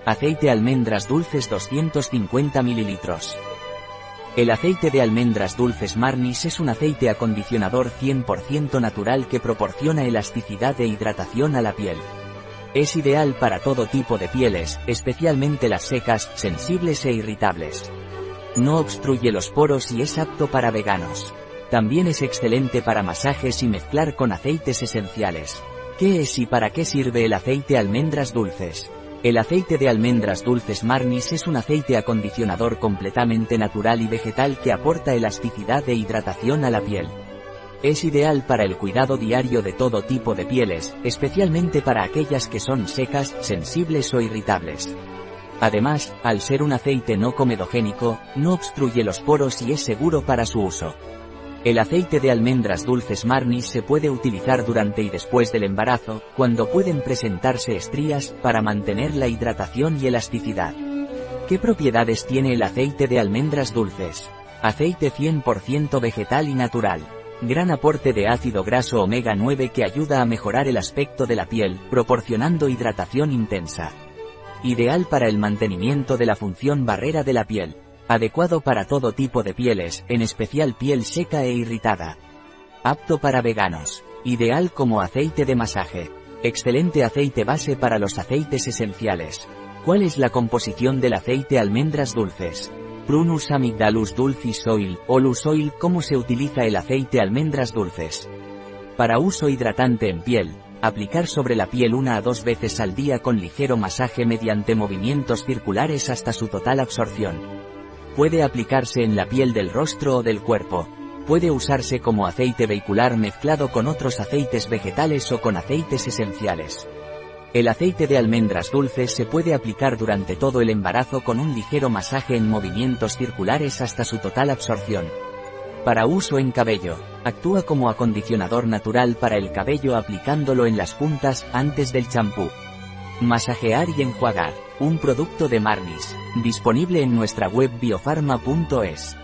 Aceite almendras dulces 250 ml. El aceite de almendras dulces Marnis es un aceite acondicionador 100% natural que proporciona elasticidad e hidratación a la piel. Es ideal para todo tipo de pieles, especialmente las secas, sensibles e irritables. No obstruye los poros y es apto para veganos. También es excelente para masajes y mezclar con aceites esenciales. ¿Qué es y para qué sirve el aceite almendras dulces? El aceite de almendras dulces Marnis es un aceite acondicionador completamente natural y vegetal que aporta elasticidad e hidratación a la piel. Es ideal para el cuidado diario de todo tipo de pieles, especialmente para aquellas que son secas, sensibles o irritables. Además, al ser un aceite no comedogénico, no obstruye los poros y es seguro para su uso. El aceite de almendras dulces Marnis se puede utilizar durante y después del embarazo, cuando pueden presentarse estrías, para mantener la hidratación y elasticidad. ¿Qué propiedades tiene el aceite de almendras dulces? Aceite 100% vegetal y natural. Gran aporte de ácido graso omega 9 que ayuda a mejorar el aspecto de la piel, proporcionando hidratación intensa. Ideal para el mantenimiento de la función barrera de la piel. Adecuado para todo tipo de pieles, en especial piel seca e irritada. Apto para veganos. Ideal como aceite de masaje. Excelente aceite base para los aceites esenciales. ¿Cuál es la composición del aceite almendras dulces? Prunus amygdalus dulcis oil, Olus oil. ¿Cómo se utiliza el aceite almendras dulces? Para uso hidratante en piel. Aplicar sobre la piel 1 a 2 veces al día con ligero masaje mediante movimientos circulares hasta su total absorción. Puede aplicarse en la piel del rostro o del cuerpo. Puede usarse como aceite vehicular mezclado con otros aceites vegetales o con aceites esenciales. El aceite de almendras dulces se puede aplicar durante todo el embarazo con un ligero masaje en movimientos circulares hasta su total absorción. Para uso en cabello. Actúa como acondicionador natural para el cabello aplicándolo en las puntas, antes del champú. Masajear y enjuagar. Un producto de Marnis. Disponible en nuestra web biofarma.es.